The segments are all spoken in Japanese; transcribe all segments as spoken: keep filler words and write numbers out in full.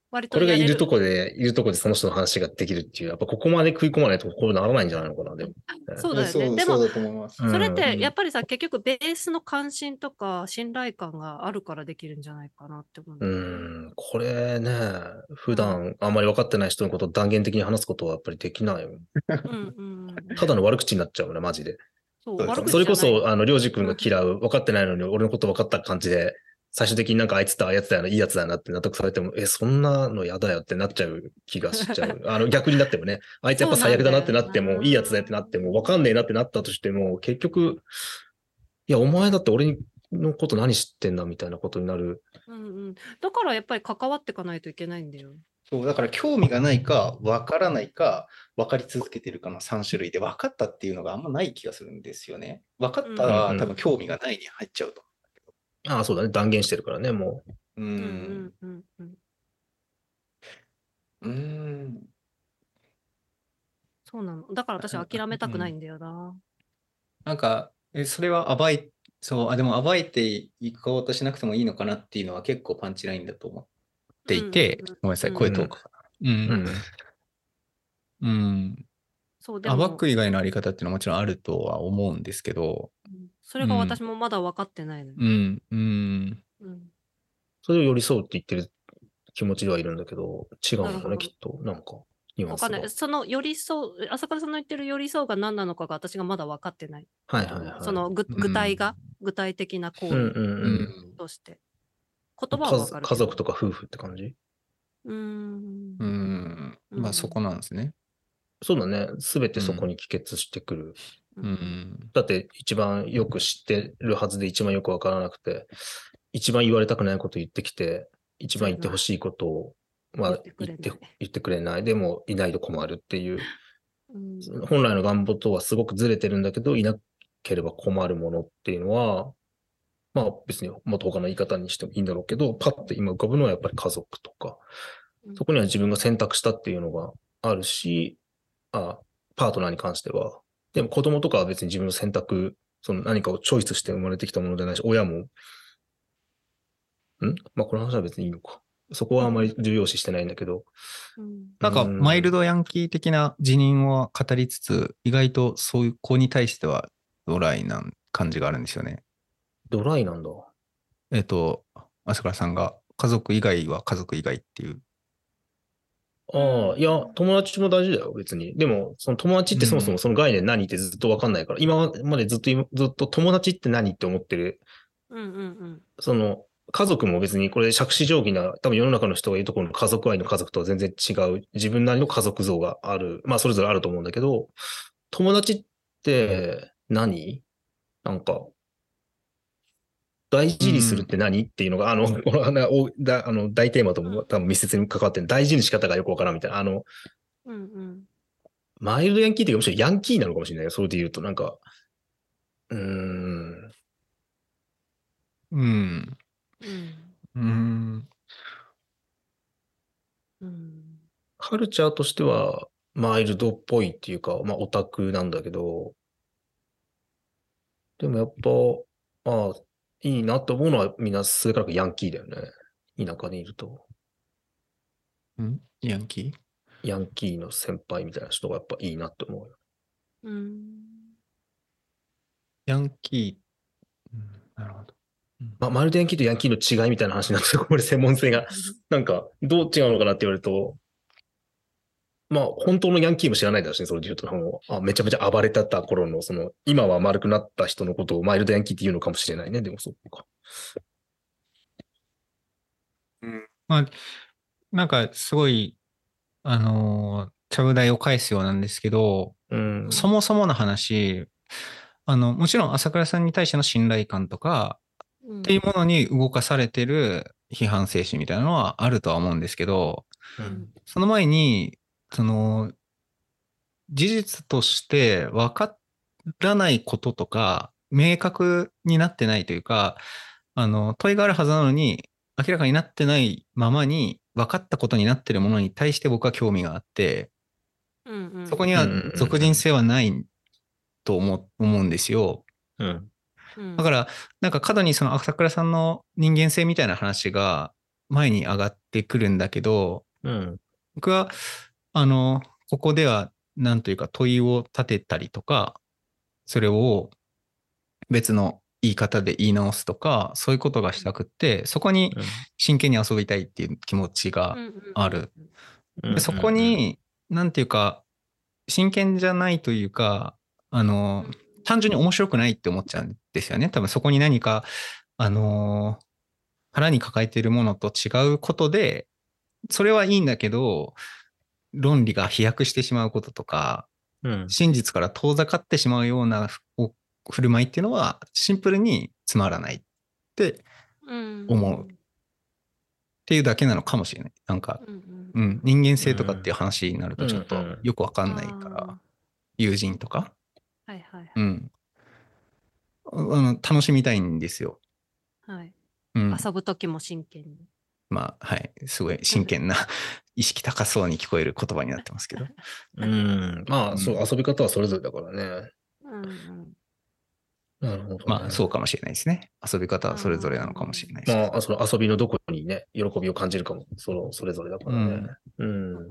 割これがいるととやれる。 こで、いるとこでその人の話ができるっていう、やっぱここまで食い込まないとこうならないんじゃないのかな、でも。 そうだよね。 いやそう、 でも、 そうだと思います。 うそれっん。 てやっぱりさ、結局ベースの関心とか信頼感があるからできるんじゃないかなって思うんうだよね。 ん。これね、普うん。 段あんまり分かってない人のことを断言的に話すことはやっぱりできないよ。 うんうんうん。 ただの悪口になっちゃうね、マジで。 そう、悪そうですね。 それ口じゃない。 こそ、あの、りょうじくんが嫌う、分かってないのに俺のこと分かった感じで、最終的になんかあいつってああやつだよな、いいやつだなって納得されても、え、そんなの嫌だよってなっちゃう気がしちゃう。あの、逆になってもね、あいつやっそうなぱ最悪だなっんだよてなっても、いいやつだよってなってな。 も、分かんねえなってなったとしても、結局、いや、お前だって俺のこと何知ってんだみたいなことになる。 うんうん。だからやっぱり関わっていかないといけないんだよ。 そう、だから興味がないか、わからないか、分かり続けてるかのさん種類で、分かったっていうのがあんまない気がするんですよね。分かったうんら多分うんうん。 興味がないに入っちゃうと。 ああ、そうだね。断言してるからね、もううんうん。 んうんうん。 うーん。 そうなの。だから私諦めたくないんだよな。 なんか、えそれは暴い、そう、あ、でも暴いていこうとしなくてもいいのかなっていうのは結構パンチラインだと思ってうんうんいて、ごめんなさい、 うん。うん。 声遠くかな。うう。うん。 ん。 うん。 そう、でも、 暴く以外のあり方っていうのはもちろんあるとは思うんですけど、 うんそれがうん。 私もまだ分かってないのよ。 うん。うん。 うん。 それを寄り添うって言ってる気持ちではいるんだけど、違うんだね、 なるほど。 きっと。なんか、ニュアンスが。 わかんない。その寄り添う、朝倉さんの言ってる寄り添うが何なのかが私がまだ分かってないはいと思う。そはいはい。 の具う具体が、 ん。 具体的な行為うんうんううん。 ん。 として。言葉は家族、 分かるけど。 家族とか夫婦って感じ？ うーん。 うん。 うまあそこん。 なんですね。 そうだね。すべてそこうん。 に帰結してくる。 ううん。 ん。 だって一番よく知ってるはずで一番よくわからなくて、一番言われたくないこと言ってきて、一番そうやな。 言ってほしいことを、まあ言ってく言って、 れない。 言ってくれない。でもいないと困るっていう、 うん。 本来の願望とはすごくずれてるんだけど、いなければ困るものっていうのは、まあ別にもっと他の言い方にしてもいいんだろうけど、パッと今浮かぶのはやっぱり家族とか、 うんそこには自分が選択したっていうのがあるし、あ、パートナーに関しては。でも子供とかは別に自分の選択、その何かをチョイスして生まれてきたものじゃないし、親も、んまあこの話は別にいいのか。そこはあまり重要視してないんだけど。 うんうーなんか、マイルん。 ドヤンキー的な辞任を語りつつ、意外とそういう子に対してはドライな感じがあるんですよね。 ドライなんだ。 えっと、朝倉さんが家族以外は家族以外っていう。 ああ、いや、友達も大事だよ、別に。でも、その友達ってそもそもうん。 その概念何ってずっとわかんないから、今までずっと今、ずっと友達って何って思ってる。 うんうんうんその、家族も別にこれ杓子定規な、多分世の中の人が言うところの家族愛の家族とは全然違う、自分なりの家族像がある。まあ、それぞれあると思うんだけど、友達って何なんか、大う事にするっん。 て何っていうのが、あの、このあおだあの大テーマとも多分密接に関わってる大事に仕方がよくわからんみたいな。あの、 うんうんマイルドヤンキーっていうかむしろヤンキーなのかもしれないよ。それで言うと、なんか、うーん、 うん。 うんうん。 うんカルチャーとしては、マイルドっぽいっていうか、まあ、オタクなんだけど、でもやっぱ、ああ、いいなと思うのはみんなそれからかヤンキーだよね。田舎にいると。 うんヤンキーヤンキーの先輩みたいな人がやっぱいいなって思うよ。 うんヤンキー。うん、なるほど。うんまあ、マイルドヤンキーとヤンキーの違いみたいな話になってこれ専門性が、なんか、どう違うのかなって言われると、まあ、本当のヤンキーも知らないだろうしね、それで言うと、あのあめちゃめちゃ暴れてた頃の、その、今は丸くなった人のことをマイルドヤンキーって言うのかもしれないね、でもそうか。 うんまあ、なんかすごい、あのーちゃぶ台を返すようなんですけど、 うん。 そもそもの話、あの、もちろん朝倉さんに対しての信頼感とかっていううんものに動かされてる批判精神みたいなのはあるとは思うんですけど、 うんその前に、その、事実として分からないこととか、明確になってないというか、あの、問いがあるはずなのに、明らかになってないままに、分かったことになってるものに対して僕は興味があって、 うんうんそこにはうんうん属人性はないと思う、思うんですよ。 うん。 うんだから、なんか過度にその朝倉さんの人間性みたいな話が、 前に上がってくるんだけど、 うん。 僕は、あの、ここでは、なんというか問いを立てたりとか、それを別の言い方で言い直すとか、そういうことがしたくって、そこにうん。 真剣に遊びたいっていう気持ちうがんうんある。 うん。 で、そこに、なんていうか、真剣じゃないというか、あの、単純に面白くないって思っちゃうんですよね。多分そこに何か、あの、腹に抱えているものと違うことで、それはいいんだけど、論理が飛躍してしまうこととか、 うん。 真実から遠ざかってしまうようなお振る舞いっていうのは、シンプルにつまらないってうん思うっていうだけなのかもしれない。なんか、 うんうんうん、人間性とかっていう話になるとちょっとうんうんよくわかあんないから、 ー友人とか、 はいはいうん、あの楽しみたいんですよ。 はいはい。 うん、 遊ぶときも真剣に。 まあ、はい。すごい真剣な、意識高そうに聞こえる言葉になってますけど。 うん。まあ、 うんそう、遊び方はそれぞれだからね。 うんうん。 なるほどね。 まあ、そうかもしれないですね。遊び方はそれぞれなのかもしれないですけど。 まあ、その遊びのどこにね、喜びを感じるかも、その、それぞれだからね。うん。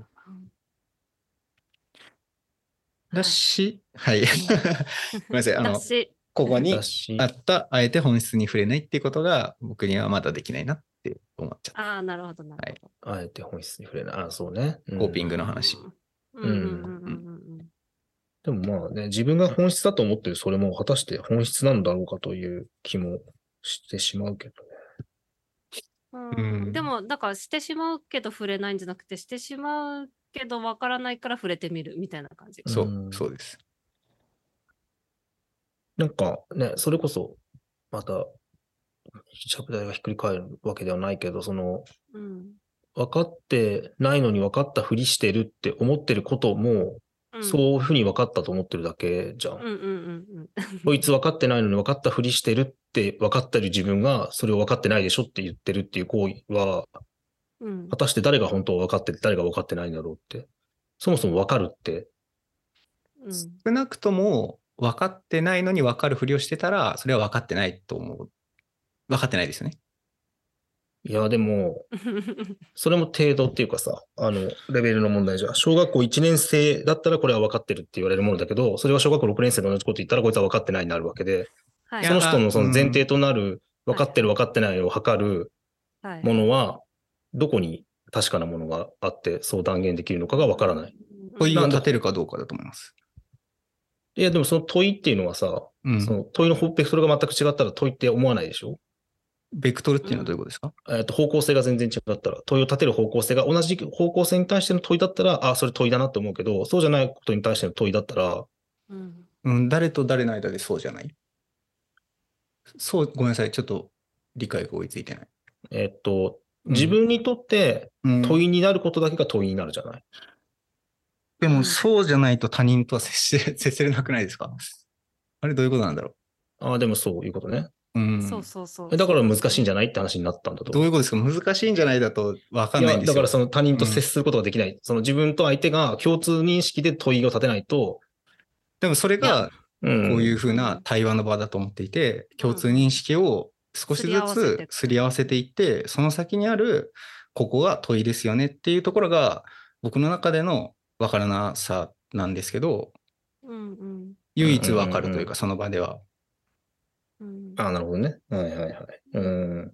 だし、はい。ごめんなさい。あの、 だし、 ここにだしあった、あえて本質に触れないっていうことが僕にはまだできないなって思っちゃった。 ああ、なるほど、なるほど。 あえて本質に触れない。ああ、そうね。うんコーピングの話。 うんうんうんうんうんでもまあね、自分が本質だと思ってるそれも果たして本質なんだろうかという気もしてしまうけどね。 うんうんでも、だからしてしまうけど触れないんじゃなくて、してしまうけどわからないから触れてみるみたいな感じ。 そうう、 んそうです。 なんかね、それこそ、また、ちゃぶ台がひっくり返るわけではないけど、その、 うん分かってないのに分かったふりしてるって思ってることも、 うんそういうふうに分かったと思ってるだけじゃん。 うんうんうんこいつ分かってないのに分かったふりしてるって分かってる自分がそれを分かってないでしょって言ってるっていう行為は、 うん果たして誰が本当は分かってて誰が分かってないんだろうって。そもそも分かるって。 うん少なくとも分かってないのに分かるふりをしてたら、それは分かってないと思う。分かってないですよね。 いや、でも、それも程度っていうかさ、あの、レベルの問題じゃん。小学校いちねん生だったらこれは分かってるって言われるものだけど、それは小学校ろくねん生と同じこと言ったらこいつは分かってないになるわけで、 はいその人のその前提と、 となる分かってる分かってないを測るはいものは、どこに確かなものがあって、そう断言できるのかが分からない。 問いをなんで立てるかどうかだと思います。 いや、でもその問いっていうのはさ、 うんその問いのベクトルが全く違ったら問いって思わないでしょ。 ベクトルっていうのはどういうことですか？ えっと、方向性が全然違ったら、問いを立てる方向性が同じ方向性に対しての問いだったら、あ、それ問いだなって思うけど、そうじゃないことに対しての問いだったら、 うんうん、誰と誰の間でそうじゃない？そう、ごめんなさい。ちょっと理解が追いついてない。 えっと、 うん自分にとってうん問いになることだけが問いになるじゃない。 でも、 うんそうじゃないと他人とは接し接せれなくないですか？あれどういうことなんだろああ、でもそういうことね。 う。うん。 そうそうそう。 えだから難しいんじゃないないって話になったんだと思う。 どういうことですか？難しいんじゃないだと分かんいや、 ないんですよ。 だからその他人と接することができない。その自分と相手が共通認識で問いを立てないと、 でもそれがうん、 こういうふうな対話の場だと思っていて、共通認識を少しずすり合わせてつすり合わせていって、その先にあるここが問いですよねっていうところが僕の中での分からなさなんですけど、 うんうん唯一分かるといううんうんうんかその場では。 うん。 ああ、なるほどね。はいはいはい。うん。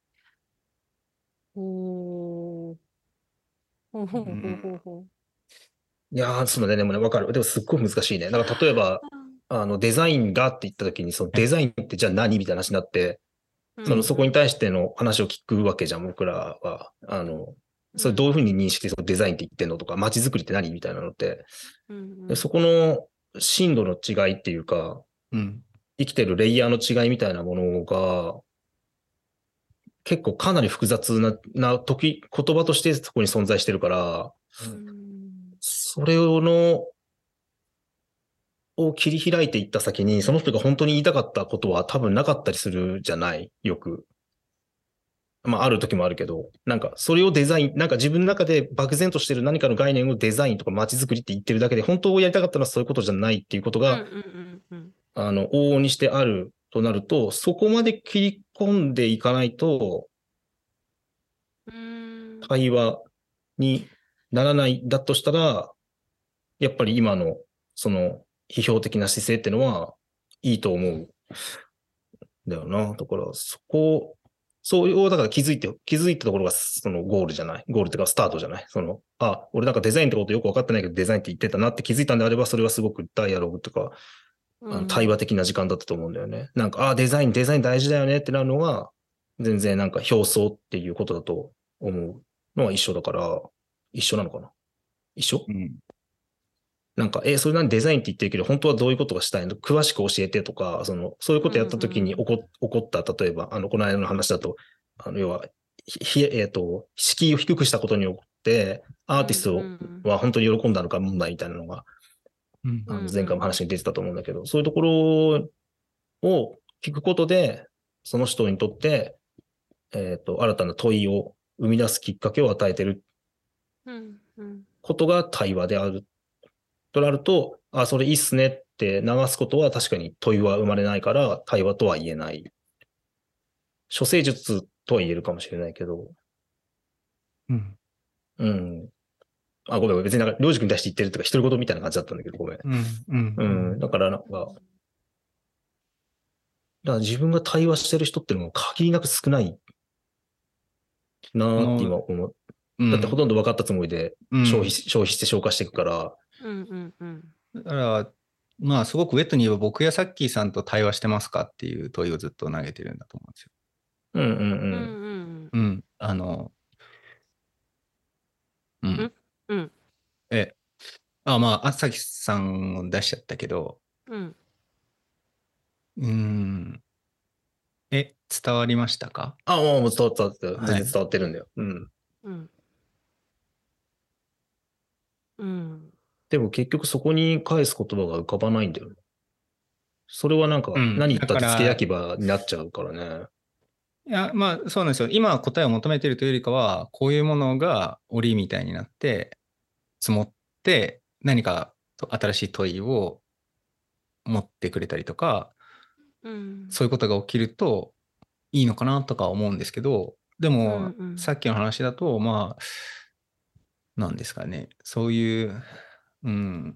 おー。ほうほうほうほうほいやー、そうだね。でもね、わかる。でもすっごい難しいね。だから例えば、あの、デザインがって言った時に、そのデザインってじゃあ何みたいな話になって、 う。 その、そこに対対しての話を聞くわけじゃん、僕らは。あの、それどういうふうに認識してそのデザインって言ってんのとか、街づくりって何みたいなのって、でそこの深度の違いっていうか、 うん。 生きてるレイヤーの違いみたいなものが、結構かなり複雑な、な時、言葉としてそこに存在してるから、それをの、を切り開いていった先に、その人が本当に言いたかったことは多分なかったりするじゃないよく。まあ、ある時もあるけど、なんか、それをデザイン、なんか自分の中で漠然としてる何かの概念をデザインとか街づくりって言ってるだけで、本当をやりたかったのはそういうことじゃないっていうことが、 うんうんうんうんあの、往々にしてあるとなると、そこまで切り込んでいかないと、 うーん。 対話にならないだとしたら、やっぱり今のその批評的な姿勢っていうのはいいと思うんだよな。だからそこ、そういう、だから気づいて、気づいたところがそのゴールじゃない。ゴールっていうかスタートじゃない。その、あ、俺なんかデザインってことよく分かってないけどデザインって言ってたなって気づいたんであれば、それはすごくダイアログとか、あの対話的な時間だったと思うんだよね。なんか、あ、デザイン、デザイン大事だよねってなるのが、全然なんか表層っていうことだと思うのは一緒だから、一緒なのかな一緒うん。 なんか、え、それ何デザインって言ってるけど、本当はどういうことがしたいの詳しく教えてとか、その、そういうことやった時に起こ、起こった、例えば、あの、この間の話だと、あの、要は、ひ、えっと、敷居を低くしたことによって、アーティストは本当に喜んだのか問題みたいなのが、 うん。 あの前回も話に出てたと思うんだけど、そういうところを聞くことで、その人にとって、えっと、新たな問いを生み出すきっかけを与えてることが対話であるとなると、あ、それいいっすねって流すことは確かに問いは生まれないから対話とは言えない。処世術とは言えるかもしれないけど、 うん。 うん。あ、ごめん、別になんか、領事君に対して言ってるとか、独り言みたいな感じだったんだけど、ごめん。 うん。うん。 うん。だからなんか、だから自分が対話してる人っていうのも限りなく少ないなーって今思う。だってほとんど分かったつもりで消費、消費して消化していくから。 うんうんうん。 だから、まあ、すごくウェットに言えば、僕やサッキーさんと対話してますかっていう問いをずっと投げてるんだと思うんですよ。 うんうんうん。 うんうん。あの、うん。 うん。 え、あ、まあ、朝日さんを出しちゃったけど、 うん。 うん。え、伝わりましたか？ あ、もう伝わった、全然はい。 伝わってるんだよ。うん。 うん。うん。 でも結局そこに返す言葉が浮かばないんだよね。それはなんかうん。 何言ったって付けだから、 焼き場になっちゃうからね。 いや、まあ、そうなんですよ。今答えを求めているというよりかは、こういうものが檻みたいになって、積もって、何か新しい問いを持ってくれたりとか、 うん。 そういうことが起きるといいのかなとか思うんですけど、でも、さっきの話だと、まあ、なんですかね、そういう、うん、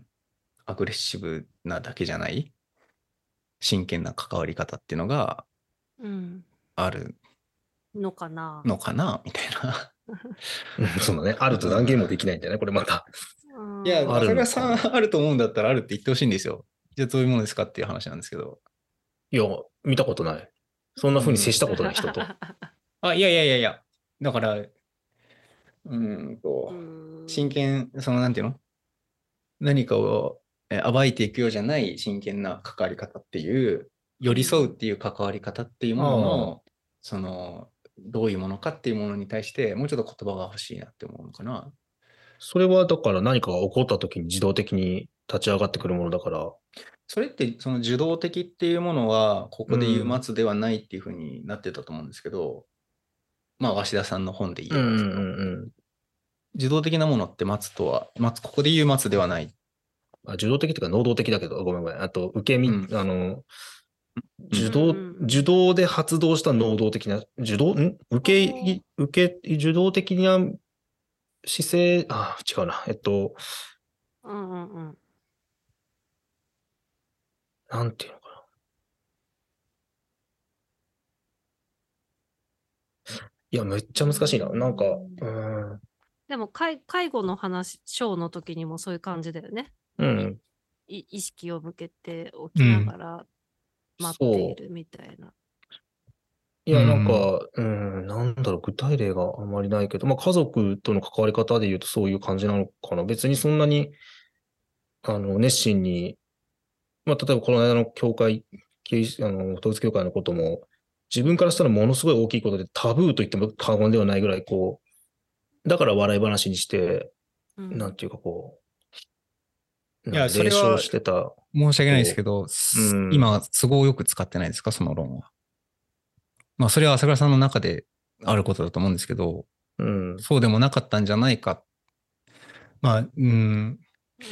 アグレッシブなだけじゃない、真剣な関わり方っていうのがあるのかな。 のかな、みたいな。 うんそうだね。あると断言もできないんだよね、これまた。 いや、 ある朝倉のかな。 さんあると思うんだったらあるって言ってほしいんですよ。じゃあどういうものですかっていう話なんですけど。 いや、見たことない。そんな風に接したことないうん人と。 あ、いやいやいやいや。だから、うーんと、真剣、その、なんていうの、何かをえ暴いていくようじゃない真剣な関わり方っていう、寄り添うっていう関わり方っていうものの、その、どういうものかっていうものに対して、もうちょっと言葉が欲しいなって思うのかな。 それはだから何かが起こった時に自動的に立ち上がってくるものだから。 それってその受動的っていうものはここで言う待つではないっていうふうになってたと思うんですけど、まあ鷲田さんの本で言えばですけど、受動的なものって待つとは、待つ、ここで言う待つではない。 あ、受動的というか能動的だけど、ごめんごめん。あと、受け身、うん、あの、受動、受動で発動した能動的な、受動、ん受け、受け、受動的な姿勢、あ、違うな。えっと、 うんうんうん。 なんていうのかな。いや、めっちゃ難しいな。なんか、うん。 でも介、介護の話、ショーの時にもそういう感じだよね。 うん。 い意識を向けておきながら待っているみたいな。 いや、なんか、うん、なんだろう、具体例があんまりないけど、まあ、家族との関わり方で言うとそういう感じなのかな。別にそんなに、あの、熱心に、まあ、例えばこの間の教会、あの、統一教会のことも、自分からしたらものすごい大きいことでタブーと言っても過言ではないぐらい、こう、だから笑い話にして、うん、なんていうかこう、 いや、それは申し訳ないですけど、うん、今、都合よく使ってないですか、その論は。まあ、それは朝倉さんの中であることだと思うんですけど、 うん、 そうでもなかったんじゃないか。まあ、うん、うん、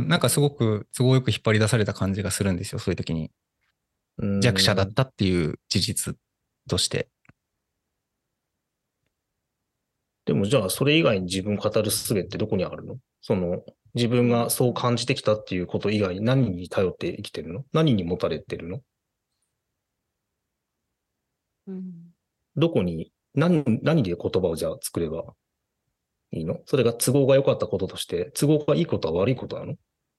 なんかすごく都合よく引っ張り出された感じがするんですよ、そういう時に。弱者だったっていう事実として。 でもじゃあそれ以外に自分を語る術ってどこにあるの？その自分がそう感じてきたっていうこと以外に何に頼って生きてるの？何に持たれてるの？ うん。 どこに、何、何で言葉をじゃあ作ればいいの？それが都合が良かったこととして、都合がいいことは悪いことなの？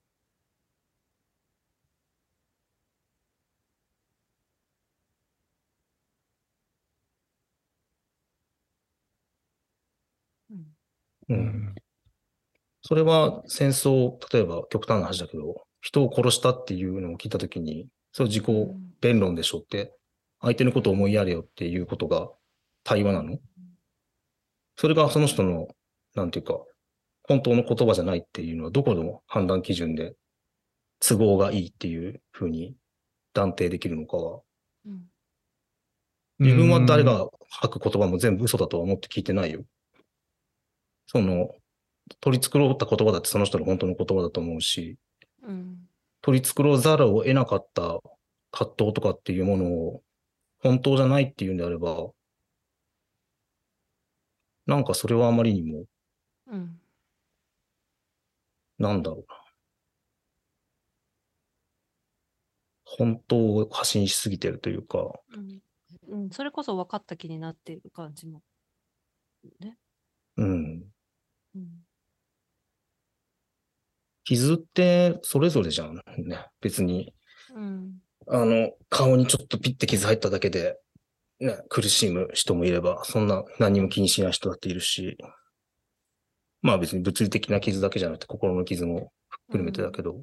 うんう。 うんん。 それは戦争、例えば極端な話だけど、人を殺したっていうのを聞いたときに、それ自己うん弁論でしょって、相手のことを思いやれよっていうことが対話なの？それがその人の、なんていうか、本当の言葉じゃないっていうのはどこの判断基準で都合がいいっていうふうに断定できるのかは、 うん自分は誰うんが吐く言葉も全部嘘だとは思って聞いてないよ。その、取り繕った言葉だってその人の本当の言葉だと思うし、 うん取り繕ざるを得なかった葛藤とかっていうものを本当じゃないっていうんであれば、なんかそれはあまりにも、 うんなんだろうな。本当を過信しすぎてるというか、 うんうんそれこそ分かった気になっている感じもね。 うん。 うん傷ってそれぞれじゃんね。別に、 うんあの、顔にちょっとピッて傷入っただけで、ね、苦しむ人もいれば、そんな何も気にしない人だっているし、まあ別に物理的な傷だけじゃなくて心の傷も含めてだけど、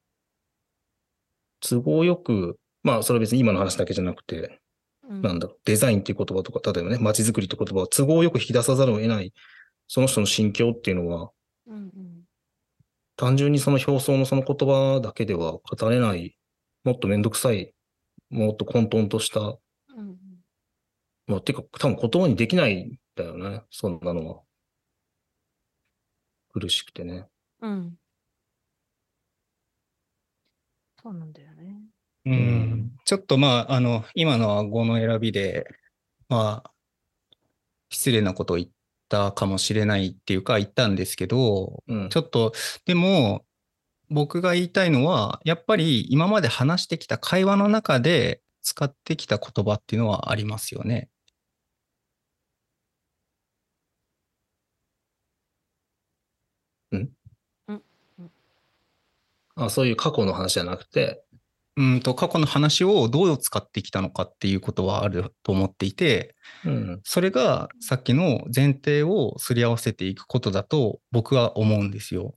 都合よく、まあそれは別に今の話だけじゃなくて、 うんなんだろう、デザインっていう言葉とか、例えばね、街づくりって言葉を都合よく引き出さざるを得ない、その人の心境っていうのは、 うんうん単純にその表層のその言葉だけでは語れない、もっとめんどくさい、もっと混沌とした、 うんまあ、てか多分言葉にできないんだよね、そんなのは。苦しくてね。 うんそうなんだよね。 ううんん。ちょっとまあ、あの、今のは語の選びで、まあ、失礼なことを言ったかもしれないっていうか、言ったんですけど、 うん。 ちょっと、でも、僕が言いたいのは、やっぱり今まで話してきた会話の中で使ってきた言葉っていうのはありますよね。 うんうんうんあ、そういう過去の話じゃなくて、 うんと、過去の話をどう使ってきたのかっていうことはあると思っていて、 うん。 それがさっきの前提をすり合わせていくことだと僕は思うんですよ。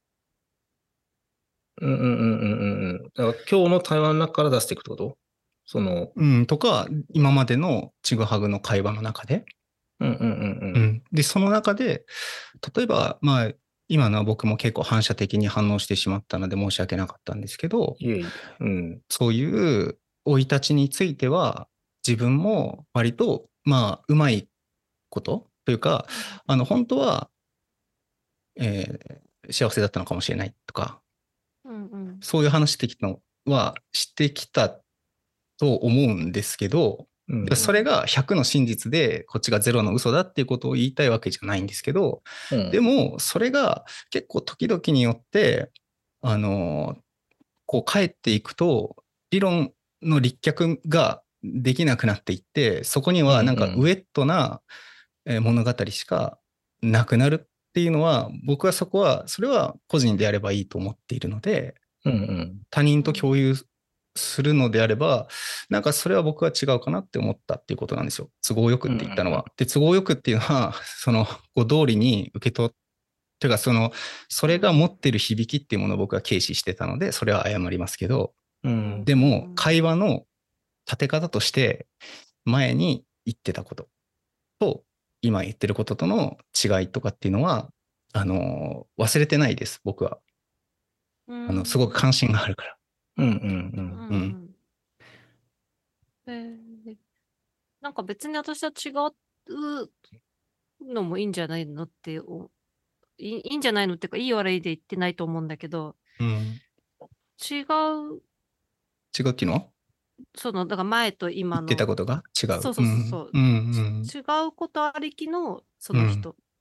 うんうんうんうんうんうん。だから今日の対話の中から出していくってこと？その、 うん、とか、今までのちぐはぐの会話の中で。 うんうんうんうん。で、その中で、例えば、まあ、今のは僕も結構反射的に反応してしまったので申し訳なかったんですけど、 いえいえ。うん。 そういう生い立ちについては、自分も割と、まあ、うまいことというか、あの、本当は、えー幸せだったのかもしれないとか、 うんうんそういう話してきたのはしてきたと思うんですけど、 うんそれがひゃくの真実で、こっちがゼロの嘘だっていうことを言いたいわけじゃないんですけど、 うんでも、それが結構時々によって、あの、こう帰っていくと、理論の立脚ができなくなっていって、そこにはなんかウェットなえー物語しかなくなるっていうのは、僕はそこは、それは個人でやればいいと思っているので、 うんうん他人と共有するのであれば、なんかそれは僕は違うかなって思ったっていうことなんですよ。都合よくって言ったのは。で、都合よくっていうのは、その、ご通りに受け取って、というか、その、それが持ってる響きっていうものを僕は軽視してたので、それは謝りますけど、 うんでも、会話の立て方として、前に言ってたことと、今言ってることとの違いとかっていうのは、あの、忘れてないです、僕は。 うんあの、すごく関心があるから。 うんうんうんうんえーなんか別に私は違うのもいいんじゃないのっておいいいいんじゃないのっていうか、いい悪いで言ってないと思うんだけど、 うん。 違う、 違うっていうのはその、だから前と言ってた今の、 ことが違う。 そうそうそううん。 そう、 うん。 ち違うことありきのそうん。 の人。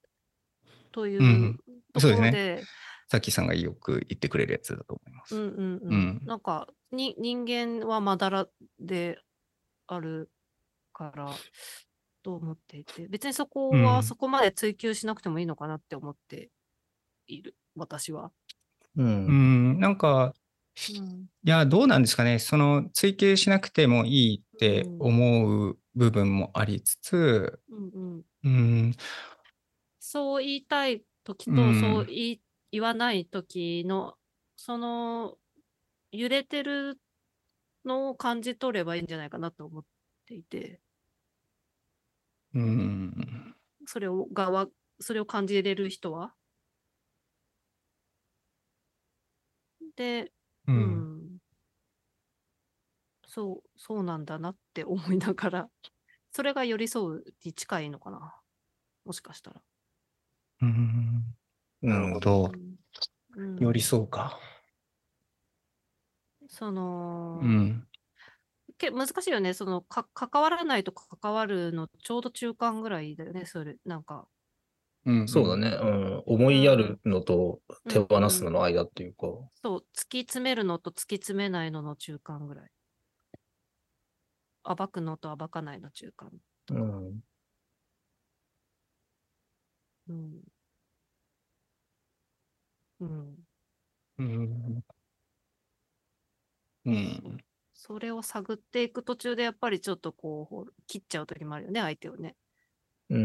といううんとそうですね。 ころで、 さっきさんがよく言ってくれるやつだと思います。 うんうんううんん。 なんかに人間はまだらであるからと思っていて、別にそこうんはそこまで追求しなくてもいいのかなって思っている、私は。 う。 うんん、なんか、 うんいや、どうなんですかね。その、追求しなくてもいいってうん思う部分もありつつ、 うんうん、 うん、 そう言いたい時うとそうん、 言い言わない時のその揺れてるのを感じ取ればいいんじゃないかなと思っていて、 うん、 それをがわそれを感じれる人は。で、ううん、 ん、そう、そうなんだなって思いながら、それが寄り添うに近いのかな、もしかしたら。 うん。なるほうん。 ど。 うんう寄りん、 添うか。 その、 うん、 け難しいよね。そのか、関わらないと関わるのちょうど中間ぐらいだよね、それ。なんか。 うん、 そうだね。うん。思いやるのとうん、 手放うん。 すのの間っていうか。 そう、突き詰めるのと突き詰めないのの中間ぐらい。暴くのと暴かないの中間とか。 うん。 うん。うん。 うん、うん。 それを探っていく途中でやっぱりちょっとこう、切っちゃう時もあるよね、相手をね。 うん。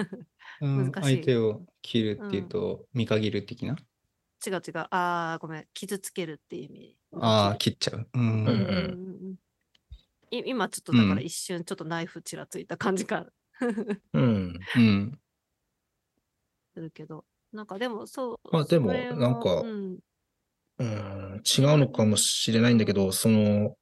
うん、 難しい。 相手を切るっていううん。 と、見限る的な。 違う違う。ああ、ごめん。傷つけるっていう意味でああ、 切る。 切っちゃう。ううんうんうんん、 うん。い今ちょっとうん、 だから一瞬ちょっとナイフちらついた感じがうん。 うん。 するけど、なんかでもそう、 まあでそも、 れも、うなんか、 ん、 うん、違自うのかも分、 しれないんだけど、 うん、 その、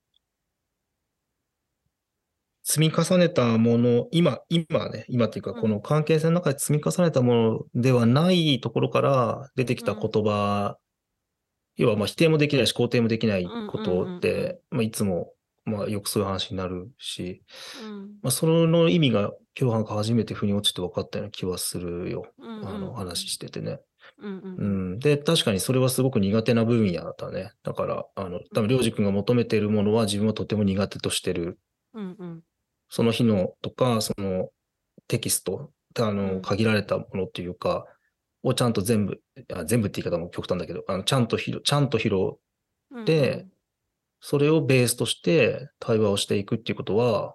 積み重ねたもの、今、今ね、今っていうか、 うん、 この関係性の中で積み重ねたものではないところから出てきた言うん、 葉、要はまあ否定もできないし肯定もできないうん、 こうん、うん、うん、 とで、まあ、いつも、まあ、よくそういう話になるし、 うん、 まあ、その意味が今日なんか初めて腑に落ちて分かったような気はするよ。 うん、 あの、 うん、 話しててね。 うん、うん、 うん。で、確かにそれはすごく苦手な分野だね。だから、あの、多分、りょうじくんが求めているものは自分はとても苦手としてる。 うん、うん、 その日のとか、そのテキスト、あの、 うん、 限られたものっていうか、をちゃんと全部、あ全部って言い方も極端だけど、あのちゃんと拾、ちゃんと拾っうん、うて、 ん、 それをベースとして対話をしていくっていうことは、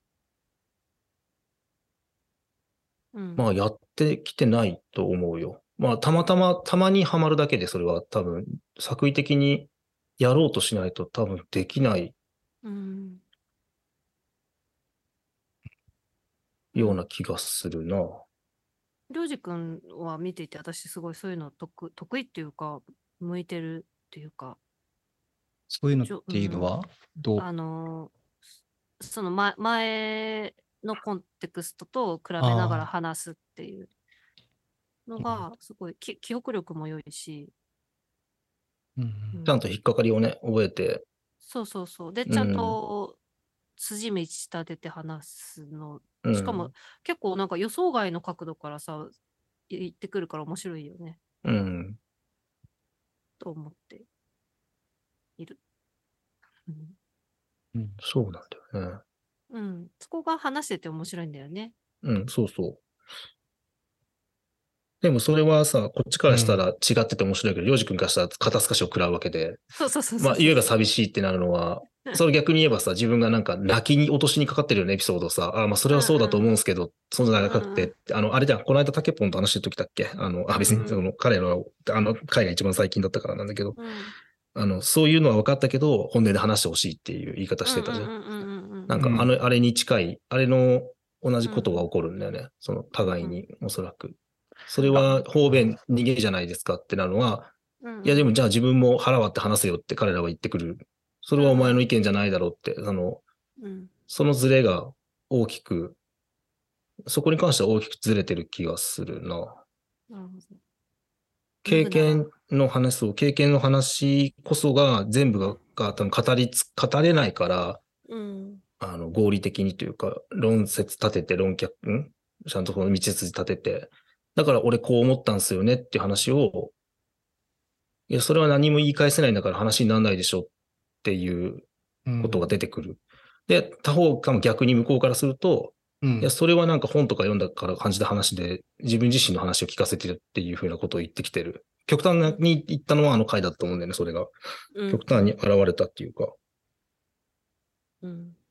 うん、 まあ、やってきてないと思うよ。まあ、たまたま、たまにはまるだけで、それは多分、作為的にやろうとしないと多分できないうん、 ような気がするな。 りょうじくんは見ていて、私すごいそういうの得得意っていうか、向いてるっていうか、 そういうのっちょ、うていうのは、 ん、 どう、 あの、その前前のコンテクストと比べながらああ、 話すっていうのが、すごいき記憶力も良いし、 うん、 ちゃんうん、 と引っかかりをね、覚えて、 そうそうそう。で、ちゃんうん、 と筋道立てて話すの。しかもうん、 結構なんか予想外の角度からさ、言ってくるから面白いよね、 うん、 と思っている。うんうん、 そうなんだよね。 うん、そこが話してて面白いんだよね。 うん、そうそう。でもそれはさ、こっちからしたら違ってて面白いけど、りょうじくんからしたら肩透かしを食らうわけで、 そうそうそうまあ、 そうそう。 言えば寂しいってなるのは、それ逆に言えばさ、自分がなんか泣きに落としにかかってるようなエピソードをさ、あ、まあそれうんはそうだとうん思うんですけど、そうじゃなくうんて、あの、あれじゃん、この間タケポンと話してる時だっけあの、あ、別にその彼の、あの回が一番最近だったからなんだけど、 うんあの、そういうのは分かったけど、本音で話してほしいっていう言い方うんうんしてたじゃん。 うんうんうんなんか、あうん、 の、あれに近い、あれの同じことがうん起こるんだよね。その、 うんうん互いに、おそらく。それうんは方便逃げじゃないですかってなるのは、いや、でうんうんもじゃあ自分も腹割って話せよって彼らは言ってくる。それはお前の意見じゃないだろうって、その、 うんそのズレが大きく、そこに関しては大きくずれてる気がするな。 なるほど。脱経ぐなら。 験の話を、経験の話こそが全部が、が多分語りつ、語れないから、 うんあの、合理的にというか、論説立てて、論客、んちゃんとこの道筋立ててだから俺こう思ったんすよねっていう話を、いや、それは何も言い返せないんだから話にならないでしょっていうことが出てくる。で、他方かも逆に向こうからすると、 うんいや、それはなんか本とか読んだから感じた話で、自分自身の話を聞かせてるっていうふうなことを言ってきてる。極端に言ったのはあの回だと思うんだよね、それが。 うん極端に現れたっていうか。 うん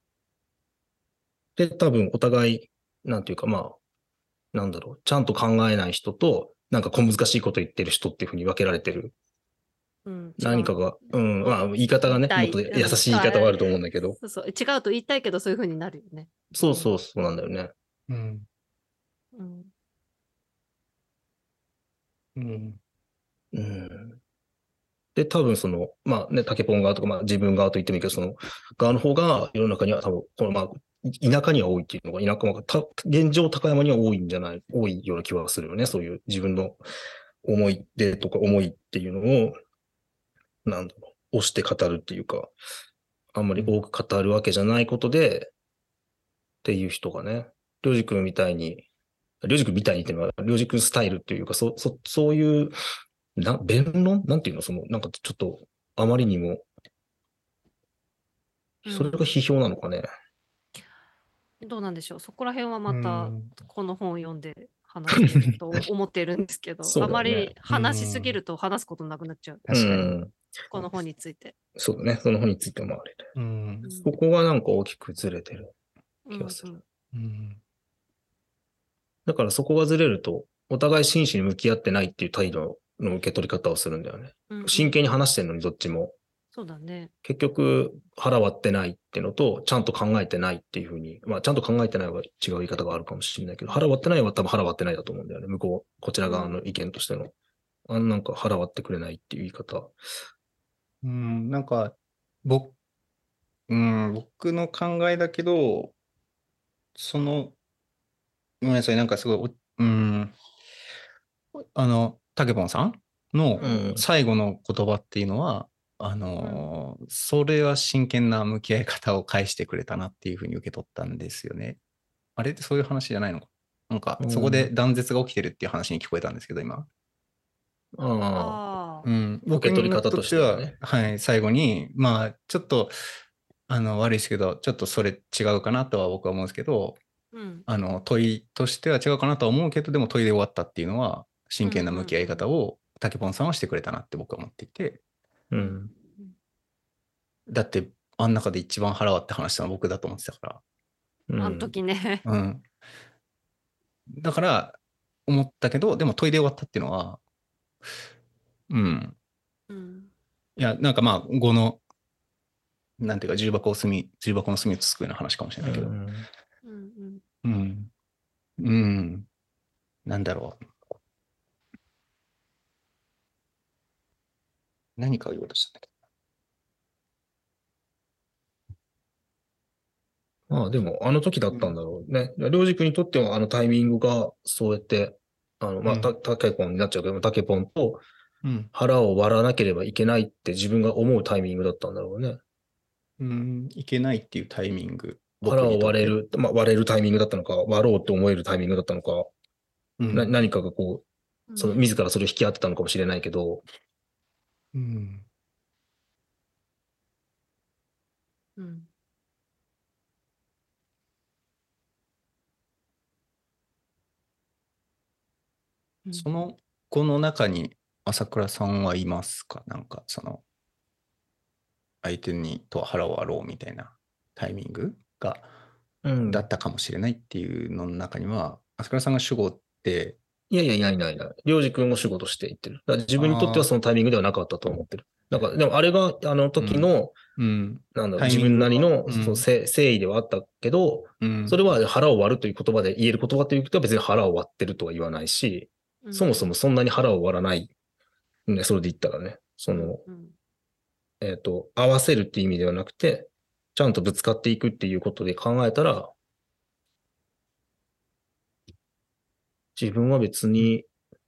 で、多分お互い、なんていうかまあ、なんだろう、ちゃんと考えない人と、なんか小難しいこと言ってる人っていうふうに分けられてる。 うん何かが、うん、まあ言い方がね、もっと優しい言い方はあると思うんだけど。 そうそう、違うと言いたいけどそういう風になるよね。 そうそうそうなんだよね。 うんうんうんうん。で、多分その、まあね、タケポン側とか、まあ自分側と言ってもいいけど、その側の方が世の中には多分、このまあ、田舎には多いっていうのが、田舎も、た現状高山には多いんじゃない、多いような気はするよね。そういう自分の思い出とか思いっていうのを、なんだろう、押して語るっていうか、あんまり多く語るわけじゃないことで、っていう人がね、りょうじくんみたいに、りょうじくんみたいにっていうのは、りょうじくんスタイルっていうか、そ、そ、そういう、な、弁論なんていうのその、なんかちょっと、あまりにも、それが批評なのかね。 どうなんでしょう。そこら辺はまうたんこの本を読んで話してると思ってるんですけど、 そうだよねあまり話しすぎると話すことなくなっちゃう。 確かに。 うん。 この本について。 そうだね。その本についてもあれで。 うんうんそこがなんか大きくずれてる気がする。 うんうんだからそこがずれると、お互い真摯に向き合ってないっていう態度の受け取り方をするんだよね。 うんうん真剣に話してるのにどっちも。 そうだね。 結局、腹割ってないっていうのと、ちゃんと考えてないっていうふうに、まあ、ちゃんと考えてないは違う言い方があるかもしれないけど、腹割ってないは多分腹割ってないだと思うんだよね。向こう、こちら側の意見としての。あんなんか腹割ってくれないっていう言い方。 うんなんか、僕、うん、僕の考えだけど、その、ごめんなさい、なんかすごい、おうん、あの、たけぽんさんのうん。 最後の言葉っていうのは、あの、それは真剣な向き合い方を返してくれたなっていうふうに受け取ったんですよね。あれってそういう話じゃないのかなんか、そこで断絶が起きてるっていう話に聞こえたんですけど、今。 ああ、 ああ。 うん、僕受け取りに方ととっは、 しててはね。 はい、最後に、まあ、ちょっと、あの、悪いですけど、ちょっとそれ違うかなとは僕は思うんですけど、 うん。 あの、問いとしては違うかなとは思うけど、でも問いで終わったっていうのは、真剣な向き合い方を、たけぽんさんはしてくれたなって僕は思っていて、 うん。 だって、あん中で一番腹割って話したのは僕だと思ってたかうんあの時ね。 ら、うん。だから、思ったけど、でも問いで終わったっていうのは、うん。 うん。 いや、なんかまあ、語の、なんていうか、重箱を隅、重箱の隅をつくような話かもしれないけど、 うんうんうん。うん。なんだろう。何かを言おうとしたんだけまあでも、あの時だったんだろうね。りょうじくんにとってはあのタイミングが、そうやって、あの、まあ、 うんた、たけぽんになっちゃうけど、たけぽんとど。うん。 腹を割らなければいけないって自分が思うタイミングだったんだろうね。 うん、いけないっていうタイミング。 腹を僕にとって割れる、まあ、割れるタイミングだったのか、割ろうと思えるタイミングだったのか、 うんな何かがこうん。 う、その自らそれを引き合ってたのかもしれないけど、 うん。 うん。うんその子の中に朝倉さんはいますかなんか、その、相手にと腹を割ろうみたいなタイミングが、 うん。 だったかもしれないっていうのの中には、朝倉さんが主語って、 いやいやいやいないいない。りょうじくんも仕事していってる。だから自分にとってはそのタイミングではなかったと思ってる。なんか、でもあれがあの時の、 うん、 なんだろう、 タイ自分ミングはなりの、 うんそのせ誠意ではあったけど、 うん、 それは腹を割るという言葉で言える言葉というと別に腹を割ってるとは言わないし、 うんそもそもそんなに腹を割らない。ね、それで言ったらね、その、 うんえっと、合わせるっていう意味ではなくて、ちゃんとぶつかっていくっていうことで考えたら、自分は別に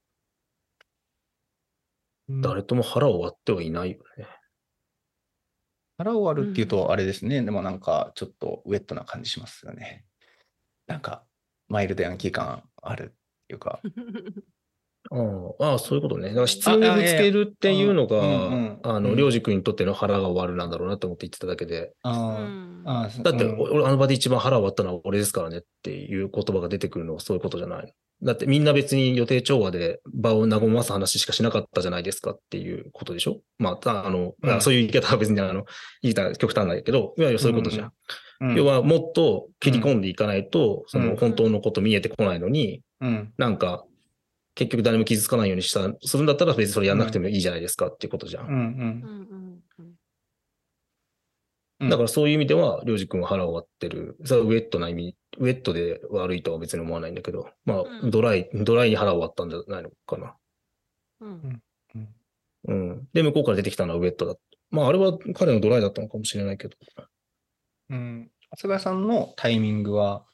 誰とも腹を割ってはいないよね。 腹を割るっていううんとあれですね、でもなんかちょっとウェットな感じしますよね。なんかマイルドヤンキー感あるいうか。 ああ、ああ、そういうことね。だから質問をぶつけるっていうのああいやいやうんうんが、あの、 うんりょうじくんにとっての腹が割るなんだろうなと思って言ってただけで。 うあんあ、ああ、そだって、 うんお俺、あの場で一番腹割ったのは俺ですからねっていう言葉が出てくるのはそういうことじゃないの。だってみんな別に予定調和で場を和ます話しかしなかったじゃないですかっていうことでしょ。まあ、たあの、 うんあそういう言い方は別にあの、言いた極端なんだけど、いわゆるそういうことじゃん。 うん要はもっと切り込んでいかないと、その本当のこと見えてこないのに、 うんなんか、結局誰も傷つかないようにした、するんだったら別にそれやんなくてもいいじゃないですかっていうことじゃん。 うんうんうんうんうんうんだからそういう意味では、りょうじくんは腹を割ってる。それはウェットな意味、ウェットで悪いとは別に思わないんだけど、まあ、 うんドライ、ドライに腹を割ったんじゃないのかな。 うんうんうん。で、向こうから出てきたのはウェットだ。まあ、あれは彼のドライだったのかもしれないけど。 うん長谷川さんのタイミングは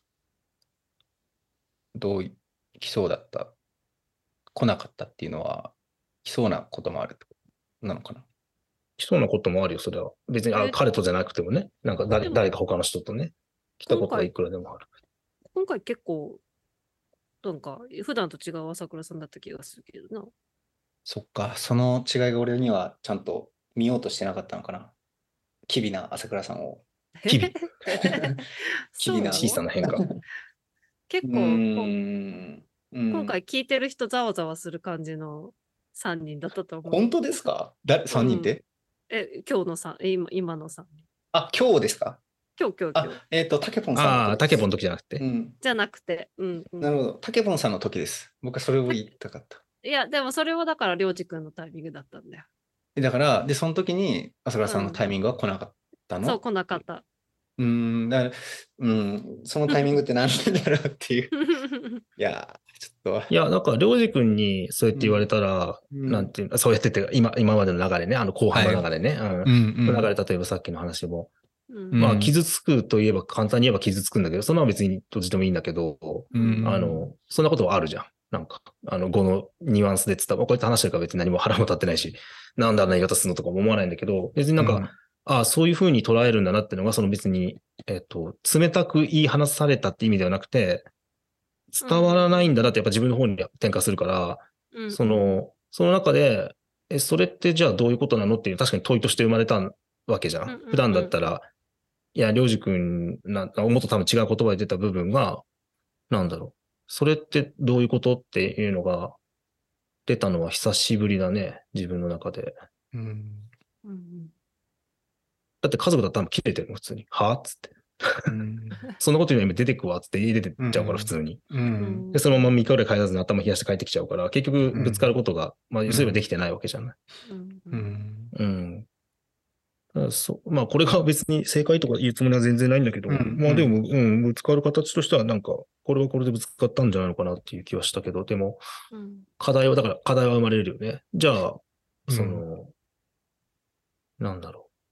どうい来そうだった来なかったっていうのは来そうなこともあるってことなのかな。 来そうなこともあるよ、それは。別に、あ、 え彼とじゃなくてもね。なんか誰、 でも誰か他の人とね。来たことはいくらでもある。 今回結構、なんか、普段と違う朝倉さんだった気がするけどな。 そっか、その違いが俺にはちゃんと見ようとしてなかったのかな。機微な朝倉さんを。 日々、 機微なそう小さな変化。 う結構、こーんうん今回聞いてる人ざわざわする感じのさんにんだったと思う。 本当ですか？誰さんにんって、 え、今日のさん、今今のさんにん。 あ、今日ですか？ 今日今日今日。 あ、えっ、と、タケポンさんのああ、 時タケポンのです。 時じゃなくて。 うん。 じゃなくて、うん、うん。 なるほど。タケポンさんの時です。僕はそれを言いたかった。 いや、でもそれはだから、りょうじくんのタイミングだったんだよ。 でだから、で、その時に朝倉さんのタイミングは来なかったの、 そう、来なかった。 うーん、だから、うん、そのタイミングって何なんだろうっていう。いやー、ちょっと。 いや、なんか、りょうじくんにそうやって言われたら、 うんなんていうの、そうやってて、今、今までの流れね、あの後半の流れね。うんうんうん。 流れ、例えばさっきの話も。 うんうんまあ、傷つくといえば、簡単に言えば傷つくんだけど、そんなのは別にどっちでもいいんだけど、 うんあの、そんなことはあるじゃん。なんか、あの、語のニュアンスで伝わ、こうやって話してるから別に何も腹も立ってないし、なんであんな言い方するのとかも思わないんだけど、別になんか、 うんああ、そういうふうに捉えるんだなっていうのが、その別に、えっと、冷たく言い放されたって意味ではなくて、伝わらないんだなってやっぱ自分の方に転嫁するから、 うんその、その中で、え、それってじゃあどういうことなのっていう、確かに問いとして生まれたわけじゃん。 うんうんうん普段だったら、いや、りょうじくんなんか、もっと多分違う言葉で出た部分が、なんだろう。それってどういうことっていうのが出たのは久しぶりだね。自分の中で。 うんうんだって家族だったら切れてるの、普通に。はぁっつって。 うんそんなこと言うの今出てくわっつって家出てっちゃうから、 うん普通に。 ううんんで、そのままみっかぐらい帰らずに頭冷やして帰ってきちゃうから、結局ぶつかることが、まあ、そういえばできてないわけじゃない。 うんう。んうん。だからそうまあ、これが別に正解とか言うつもりは全然ないんだけど、 うんまあでも、うん、ぶつかる形としては、なんか、これはこれでぶつかったんじゃないのかなっていう気はしたけど、でも、 うん課題は、だから課題は生まれるよね。じゃあ、 うんその、なんだろう。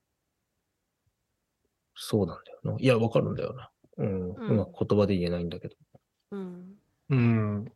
そうなんだよな。いや、わかるんだよな。うん。 うんうまく言葉で言えないんだけど。 うんうん